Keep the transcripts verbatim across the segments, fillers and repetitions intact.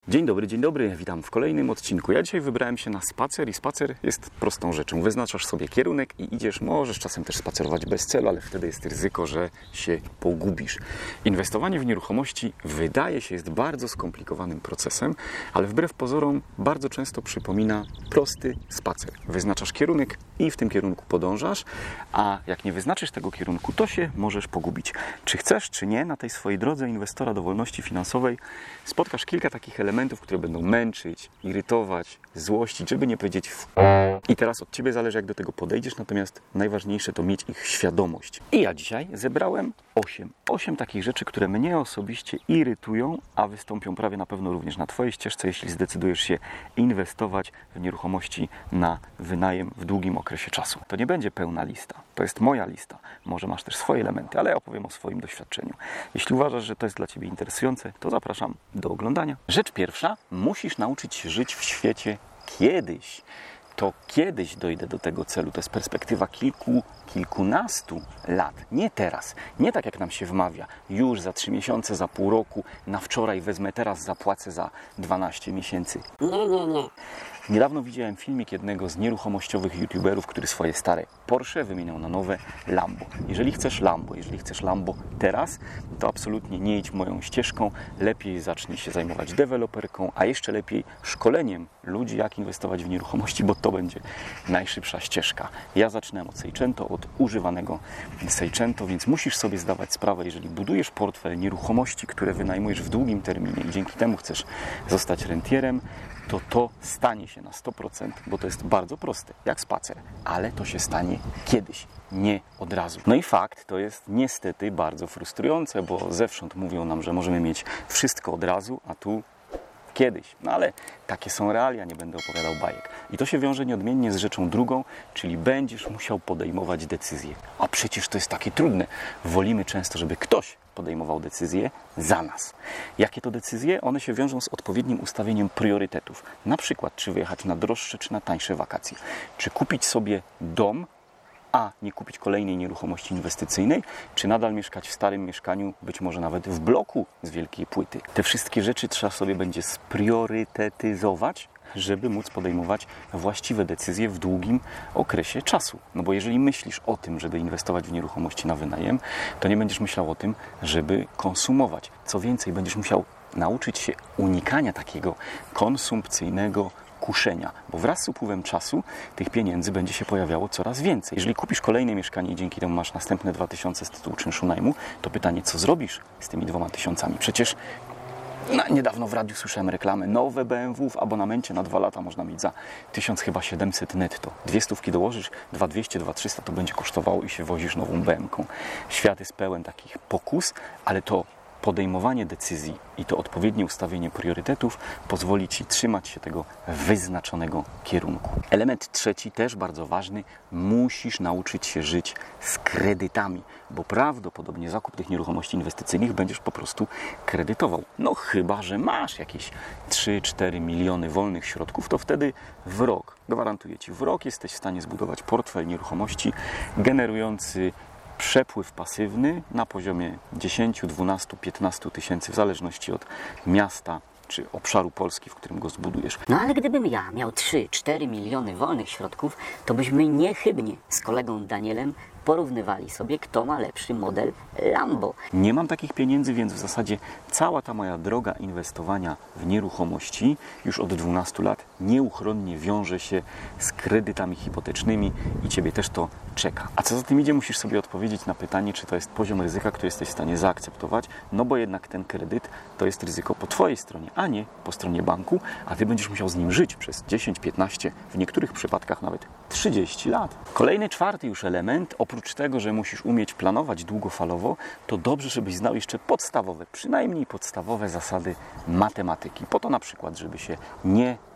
Dzień dobry, dzień dobry, witam w kolejnym odcinku. Ja dzisiaj wybrałem się na spacer i spacer jest prostą rzeczą. Wyznaczasz sobie kierunek i idziesz, możesz czasem też spacerować bez celu, ale wtedy jest ryzyko, że się pogubisz. Inwestowanie w nieruchomości wydaje się jest bardzo skomplikowanym procesem, ale wbrew pozorom bardzo często przypomina prosty spacer. Wyznaczasz kierunek i w tym kierunku podążasz, a jak nie wyznaczysz tego kierunku, to się możesz pogubić. Czy chcesz, czy nie, na tej swojej drodze inwestora do wolności finansowej spotkasz kilka takich elementów, które będą męczyć, irytować, złościć, żeby nie powiedzieć w... I teraz od Ciebie zależy, jak do tego podejdziesz, natomiast najważniejsze to mieć ich świadomość. I ja dzisiaj zebrałem osiem. osiem takich rzeczy, które mnie osobiście irytują, a wystąpią prawie na pewno również na Twojej ścieżce, jeśli zdecydujesz się inwestować w nieruchomości na wynajem w długim okresie czasu. To nie będzie pełna lista, to jest moja lista. Może masz też swoje elementy, ale ja opowiem o swoim doświadczeniu. Jeśli uważasz, że to jest dla Ciebie interesujące, to zapraszam do oglądania. Rzecz pierwsza, musisz nauczyć się żyć w świecie kiedyś. To kiedyś dojdę do tego celu. To jest perspektywa kilku, kilkunastu lat. Nie teraz. Nie tak jak nam się wmawia. Już za trzy miesiące, za pół roku, na wczoraj wezmę teraz, zapłacę za dwanaście miesięcy. Nie, nie, nie. Niedawno widziałem filmik jednego z nieruchomościowych youtuberów, który swoje stare Porsche wymieniał na nowe Lambo. Jeżeli chcesz Lambo, jeżeli chcesz Lambo teraz, to absolutnie nie idź moją ścieżką. Lepiej zacznij się zajmować deweloperką, a jeszcze lepiej szkoleniem ludzi, jak inwestować w nieruchomości, bo to będzie najszybsza ścieżka. Ja zaczynałem od Seicento, od używanego Seicento, więc musisz sobie zdawać sprawę, jeżeli budujesz portfel nieruchomości, które wynajmujesz w długim terminie i dzięki temu chcesz zostać rentierem, to to stanie się na sto procent, bo to jest bardzo proste, jak spacer, ale to się stanie kiedyś, nie od razu. No i fakt, to jest niestety bardzo frustrujące, bo zewsząd mówią nam, że możemy mieć wszystko od razu, a tu kiedyś. No ale takie są realia, nie będę opowiadał bajek. I to się wiąże nieodmiennie z rzeczą drugą, czyli będziesz musiał podejmować decyzje. A przecież to jest takie trudne. Wolimy często, żeby ktoś podejmował decyzje za nas. Jakie to decyzje? One się wiążą z odpowiednim ustawieniem priorytetów. Na przykład, czy wyjechać na droższe, czy na tańsze wakacje. Czy kupić sobie dom, a nie kupić kolejnej nieruchomości inwestycyjnej, czy nadal mieszkać w starym mieszkaniu, być może nawet w bloku z wielkiej płyty. Te wszystkie rzeczy trzeba sobie będzie spriorytetyzować, żeby móc podejmować właściwe decyzje w długim okresie czasu. No bo jeżeli myślisz o tym, żeby inwestować w nieruchomości na wynajem, to nie będziesz myślał o tym, żeby konsumować. Co więcej, będziesz musiał nauczyć się unikania takiego konsumpcyjnego kuszenia, bo wraz z upływem czasu tych pieniędzy będzie się pojawiało coraz więcej. Jeżeli kupisz kolejne mieszkanie i dzięki temu masz następne dwa tysiące z tytułu czynszu najmu, to pytanie, co zrobisz z tymi dwoma tysiącami? Przecież no, niedawno w radiu słyszałem reklamę, nowe B M W w abonamencie na dwa lata można mieć za tysiąc chyba siedemset netto. Dwie stówki dołożysz, dwa dwieście, dwa trzysta to będzie kosztowało i się wozisz nową B M ką. Świat jest pełen takich pokus, ale to podejmowanie decyzji i to odpowiednie ustawienie priorytetów pozwoli Ci trzymać się tego wyznaczonego kierunku. Element trzeci, też bardzo ważny, musisz nauczyć się żyć z kredytami, bo prawdopodobnie zakup tych nieruchomości inwestycyjnych będziesz po prostu kredytował. No chyba że masz jakieś trzy cztery miliony wolnych środków, to wtedy w rok, gwarantuję Ci, w rok jesteś w stanie zbudować portfel nieruchomości generujący przepływ pasywny na poziomie dziesięć, dwanaście, piętnaście tysięcy w zależności od miasta czy obszaru Polski, w którym go zbudujesz. No ale gdybym ja miał trzy cztery miliony wolnych środków, to byśmy niechybnie z kolegą Danielem porównywali sobie, kto ma lepszy model Lambo. Nie mam takich pieniędzy, więc w zasadzie cała ta moja droga inwestowania w nieruchomości już od dwunastu lat nieuchronnie wiąże się z kredytami hipotecznymi i Ciebie też to czeka. A co za tym idzie, musisz sobie odpowiedzieć na pytanie, czy to jest poziom ryzyka, który jesteś w stanie zaakceptować, no bo jednak ten kredyt to jest ryzyko po Twojej stronie, a nie po stronie banku, a Ty będziesz musiał z nim żyć przez dziesięć, piętnaście, w niektórych przypadkach nawet trzydzieści lat. Kolejny, czwarty już element, oprócz tego, że musisz umieć planować długofalowo, to dobrze, żebyś znał jeszcze podstawowe, przynajmniej podstawowe zasady matematyki. Po to na przykład, żeby się nie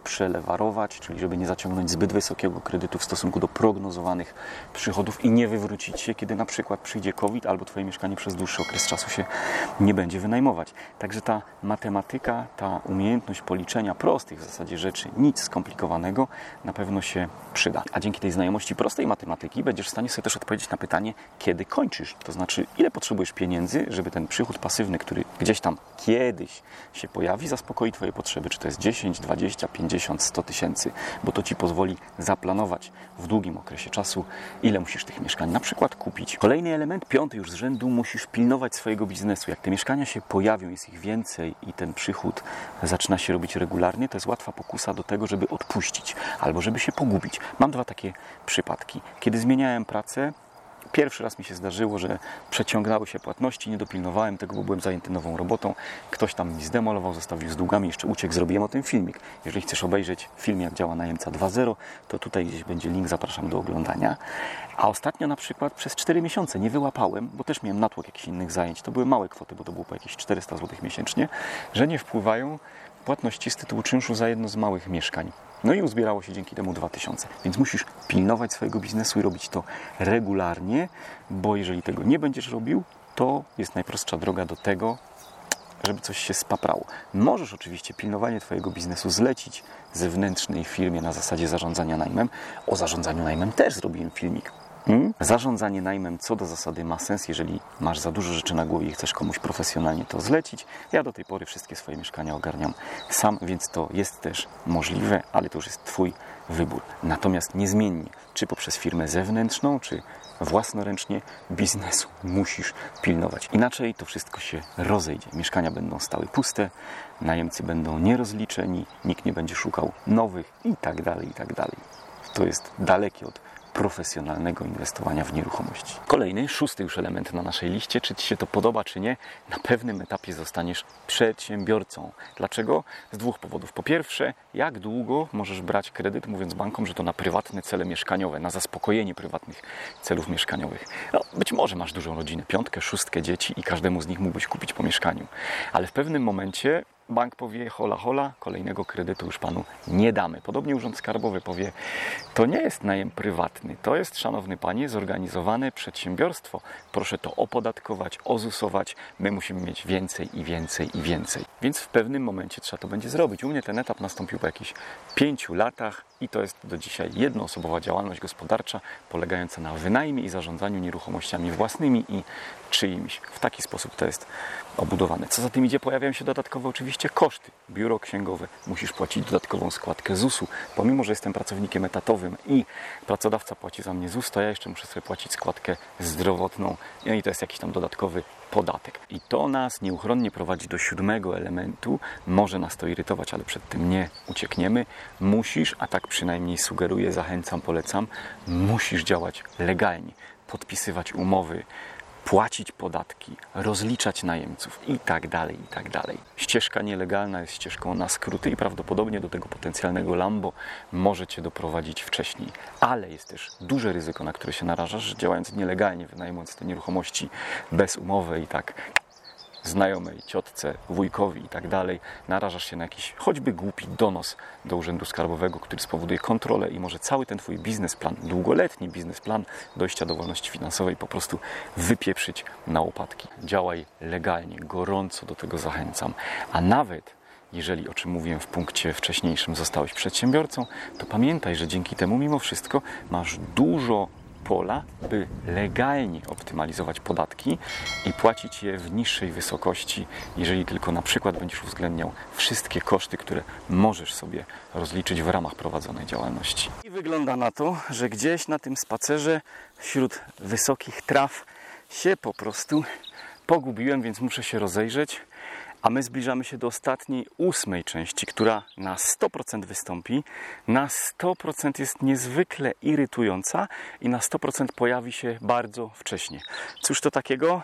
przelewarować, czyli żeby nie zaciągnąć zbyt wysokiego kredytu w stosunku do prognozowanych przychodów i nie wywrócić się, kiedy na przykład przyjdzie COVID albo Twoje mieszkanie przez dłuższy okres czasu się nie będzie wynajmować. Także ta matematyka, ta umiejętność policzenia prostych w zasadzie rzeczy, nic skomplikowanego, na pewno się przyda. A dzięki tej znajomości prostej matematyki będziesz w stanie sobie też odpowiedzieć na pytanie, kiedy kończysz. To znaczy, ile potrzebujesz pieniędzy, żeby ten przychód pasywny, który gdzieś tam kiedyś się pojawi, zaspokoi Twoje potrzeby. Czy to jest dziesięć, dwadzieścia, pięćdziesiąt, sto tysięcy, bo to Ci pozwoli zaplanować w długim okresie czasu, ile musisz tych mieszkań na przykład kupić. Kolejny element, piąty już z rzędu, musisz pilnować swojego biznesu. Jak te mieszkania się pojawią, jest ich więcej i ten przychód zaczyna się robić regularnie, to jest łatwa pokusa do tego, żeby odpuścić albo żeby się pogubić. Mam dwa takie przypadki. Kiedy zmieniałem pracę, pierwszy raz mi się zdarzyło, że przeciągnęły się płatności, nie dopilnowałem tego, bo byłem zajęty nową robotą. Ktoś tam mi zdemolował, zostawił z długami, jeszcze uciekł, zrobiłem o tym filmik. Jeżeli chcesz obejrzeć film, jak działa najemca dwa zero, to tutaj gdzieś będzie link, zapraszam do oglądania. A ostatnio na przykład przez cztery miesiące nie wyłapałem, bo też miałem natłok jakichś innych zajęć. To były małe kwoty, bo to było po jakieś czterysta złotych miesięcznie, że nie wpływają płatności z tytułu czynszu za jedno z małych mieszkań. No i uzbierało się dzięki temu dwa tysiące. Więc musisz pilnować swojego biznesu i robić to regularnie, bo jeżeli tego nie będziesz robił, to jest najprostsza droga do tego, żeby coś się spaprało. Możesz oczywiście pilnowanie Twojego biznesu zlecić zewnętrznej firmie na zasadzie zarządzania najmem. O zarządzaniu najmem też zrobiłem filmik. Hmm? Zarządzanie najmem co do zasady ma sens, jeżeli masz za dużo rzeczy na głowie i chcesz komuś profesjonalnie to zlecić. Ja do tej pory wszystkie swoje mieszkania ogarniam sam, więc to jest też możliwe, ale to już jest Twój wybór. Natomiast niezmiennie, czy poprzez firmę zewnętrzną, czy własnoręcznie, biznesu musisz pilnować. Inaczej to wszystko się rozejdzie. Mieszkania będą stały puste, najemcy będą nierozliczeni, nikt nie będzie szukał nowych i tak dalej, i tak dalej. To jest dalekie od profesjonalnego inwestowania w nieruchomości. Kolejny, szósty już element na naszej liście, czy Ci się to podoba, czy nie, na pewnym etapie zostaniesz przedsiębiorcą. Dlaczego? Z dwóch powodów. Po pierwsze, jak długo możesz brać kredyt, mówiąc bankom, że to na prywatne cele mieszkaniowe, na zaspokojenie prywatnych celów mieszkaniowych. No, być może masz dużą rodzinę, piątkę, szóstkę dzieci i każdemu z nich mógłbyś kupić po mieszkaniu. Ale w pewnym momencie bank powie, hola, hola, kolejnego kredytu już Panu nie damy. Podobnie Urząd Skarbowy powie, to nie jest najem prywatny, to jest, szanowny Panie, zorganizowane przedsiębiorstwo. Proszę to opodatkować, ozusować. My musimy mieć więcej i więcej i więcej. Więc w pewnym momencie trzeba to będzie zrobić. U mnie ten etap nastąpił po jakichś pięciu latach i to jest do dzisiaj jednoosobowa działalność gospodarcza polegająca na wynajmie i zarządzaniu nieruchomościami własnymi i czyimiś. W taki sposób to jest obudowane. Co za tym idzie, pojawiają się dodatkowe oczywiście koszty. Biuro księgowe, musisz płacić dodatkową składkę zusu. Pomimo, że jestem pracownikiem etatowym i pracodawca płaci za mnie ZUS, to ja jeszcze muszę sobie płacić składkę zdrowotną i to jest jakiś tam dodatkowy podatek. I to nas nieuchronnie prowadzi do siódmego elementu. Może nas to irytować, ale przed tym nie uciekniemy. Musisz, a tak przynajmniej sugeruję, zachęcam, polecam, musisz działać legalnie, podpisywać umowy, płacić podatki, rozliczać najemców i tak dalej, i tak dalej. Ścieżka nielegalna jest ścieżką na skróty i prawdopodobnie do tego potencjalnego Lambo może Cię doprowadzić wcześniej. Ale jest też duże ryzyko, na które się narażasz, że działając nielegalnie, wynajmując te nieruchomości bez umowy i tak znajomej, ciotce, wujkowi i tak dalej, narażasz się na jakiś choćby głupi donos do Urzędu Skarbowego, który spowoduje kontrolę i może cały ten Twój biznesplan, długoletni biznesplan dojścia do wolności finansowej po prostu wypieprzyć na łopatki. Działaj legalnie, gorąco do tego zachęcam. A nawet jeżeli, o czym mówiłem w punkcie wcześniejszym, zostałeś przedsiębiorcą, to pamiętaj, że dzięki temu mimo wszystko masz dużo pola, by legalnie optymalizować podatki i płacić je w niższej wysokości, jeżeli tylko na przykład będziesz uwzględniał wszystkie koszty, które możesz sobie rozliczyć w ramach prowadzonej działalności. I wygląda na to, że gdzieś na tym spacerze wśród wysokich traw się po prostu pogubiłem, więc muszę się rozejrzeć. A my zbliżamy się do ostatniej, ósmej części, która na sto procent wystąpi, na sto procent jest niezwykle irytująca i na sto procent pojawi się bardzo wcześnie. Cóż to takiego?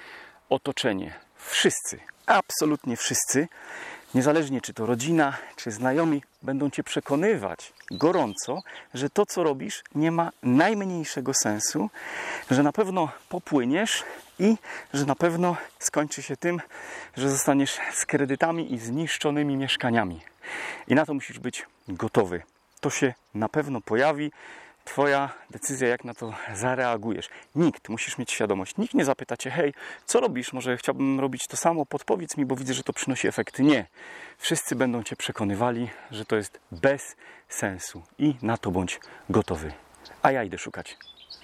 Otoczenie. Wszyscy, absolutnie wszyscy, niezależnie czy to rodzina, czy znajomi, będą Cię przekonywać gorąco, że to, co robisz, nie ma najmniejszego sensu, że na pewno popłyniesz i że na pewno skończy się tym, że zostaniesz z kredytami i zniszczonymi mieszkaniami. I na to musisz być gotowy. To się na pewno pojawi. Twoja decyzja, jak na to zareagujesz. Nikt, musisz mieć świadomość, nikt nie zapyta Cię, hej, co robisz? Może chciałbym robić to samo, podpowiedz mi, bo widzę, że to przynosi efekty. Nie. Wszyscy będą Cię przekonywali, że to jest bez sensu i na to bądź gotowy. A ja idę szukać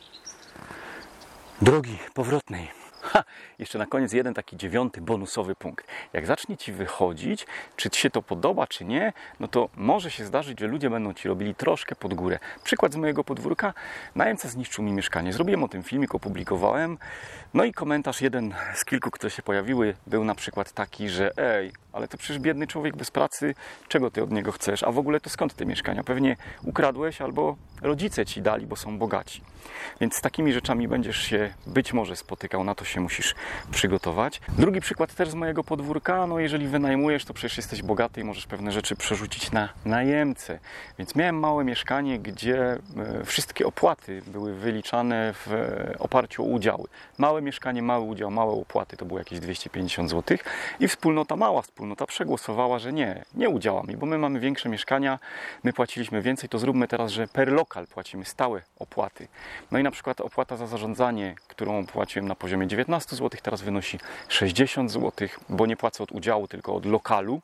drogi powrotnej. Ha, jeszcze na koniec jeden taki dziewiąty, bonusowy punkt. Jak zacznie Ci wychodzić, czy Ci się to podoba, czy nie, no to może się zdarzyć, że ludzie będą Ci robili troszkę pod górę. Przykład z mojego podwórka. Najemca zniszczył mi mieszkanie. Zrobiłem o tym filmik, opublikowałem. No i komentarz, jeden z kilku, które się pojawiły, był na przykład taki, że ej, ale to przecież biedny człowiek bez pracy, czego Ty od niego chcesz? A w ogóle to skąd te mieszkania? Pewnie ukradłeś albo rodzice Ci dali, bo są bogaci. Więc z takimi rzeczami będziesz się być może spotykał, na to się musisz przygotować. Drugi przykład też z mojego podwórka, no jeżeli wynajmujesz, to przecież jesteś bogaty i możesz pewne rzeczy przerzucić na najemcę. Więc miałem małe mieszkanie, gdzie wszystkie opłaty były wyliczane w oparciu o udziały. Małe mieszkanie, mały udział, małe opłaty, to było jakieś dwieście pięćdziesiąt złotych i wspólnota, mała wspólnota przegłosowała, że nie, nie udziałami, bo my mamy większe mieszkania, my płaciliśmy więcej, to zróbmy teraz, że per lokal płacimy stałe opłaty. No i na przykład opłata za zarządzanie, którą płaciłem na poziomie dziewiętnaście złotych, teraz wynosi sześćdziesiąt złotych, bo nie płacę od udziału, tylko od lokalu.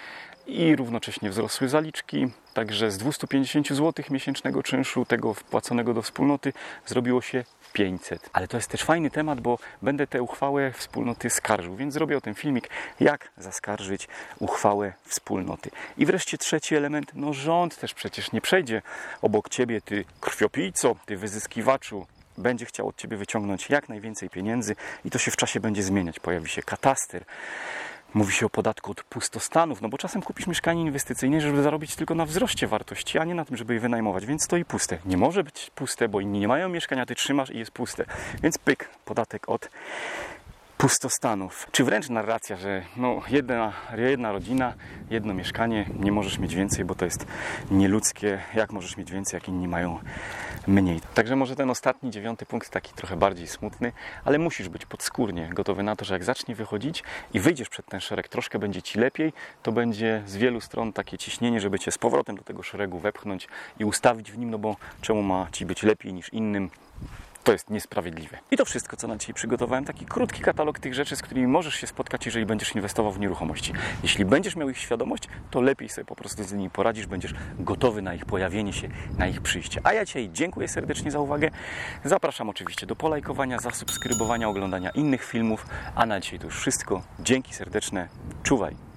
I równocześnie wzrosły zaliczki, także z dwieście pięćdziesiąt złotych miesięcznego czynszu, tego wpłaconego do wspólnoty, zrobiło się pięćset. Ale to jest też fajny temat, bo będę tę uchwałę wspólnoty skarżył, więc zrobię o tym filmik, jak zaskarżyć uchwałę wspólnoty. I wreszcie trzeci element, no rząd też przecież nie przejdzie obok Ciebie, Ty krwiopijco, Ty wyzyskiwaczu. Będzie chciał od Ciebie wyciągnąć jak najwięcej pieniędzy i to się w czasie będzie zmieniać. Pojawi się kataster. Mówi się o podatku od pustostanów, no bo czasem kupisz mieszkanie inwestycyjne, żeby zarobić tylko na wzroście wartości, a nie na tym, żeby je wynajmować, więc stoi puste. Nie może być puste, bo inni nie mają mieszkania, Ty trzymasz i jest puste. Więc pyk, podatek od pustostanów. Czy wręcz narracja, że no jedna, jedna rodzina, jedno mieszkanie, nie możesz mieć więcej, bo to jest nieludzkie. Jak możesz mieć więcej, jak inni mają mniej? Także może ten ostatni, dziewiąty punkt taki trochę bardziej smutny, ale musisz być podskórnie gotowy na to, że jak zacznie wychodzić i wyjdziesz przed ten szereg, troszkę będzie Ci lepiej, to będzie z wielu stron takie ciśnienie, żeby Cię z powrotem do tego szeregu wepchnąć i ustawić w nim, no bo czemu ma Ci być lepiej niż innym? To jest niesprawiedliwe. I to wszystko, co na dzisiaj przygotowałem. Taki krótki katalog tych rzeczy, z którymi możesz się spotkać, jeżeli będziesz inwestował w nieruchomości. Jeśli będziesz miał ich świadomość, to lepiej sobie po prostu z nimi poradzisz. Będziesz gotowy na ich pojawienie się, na ich przyjście. A ja dzisiaj dziękuję serdecznie za uwagę. Zapraszam oczywiście do polajkowania, zasubskrybowania, oglądania innych filmów. A na dzisiaj to już wszystko. Dzięki serdeczne. Czuwaj.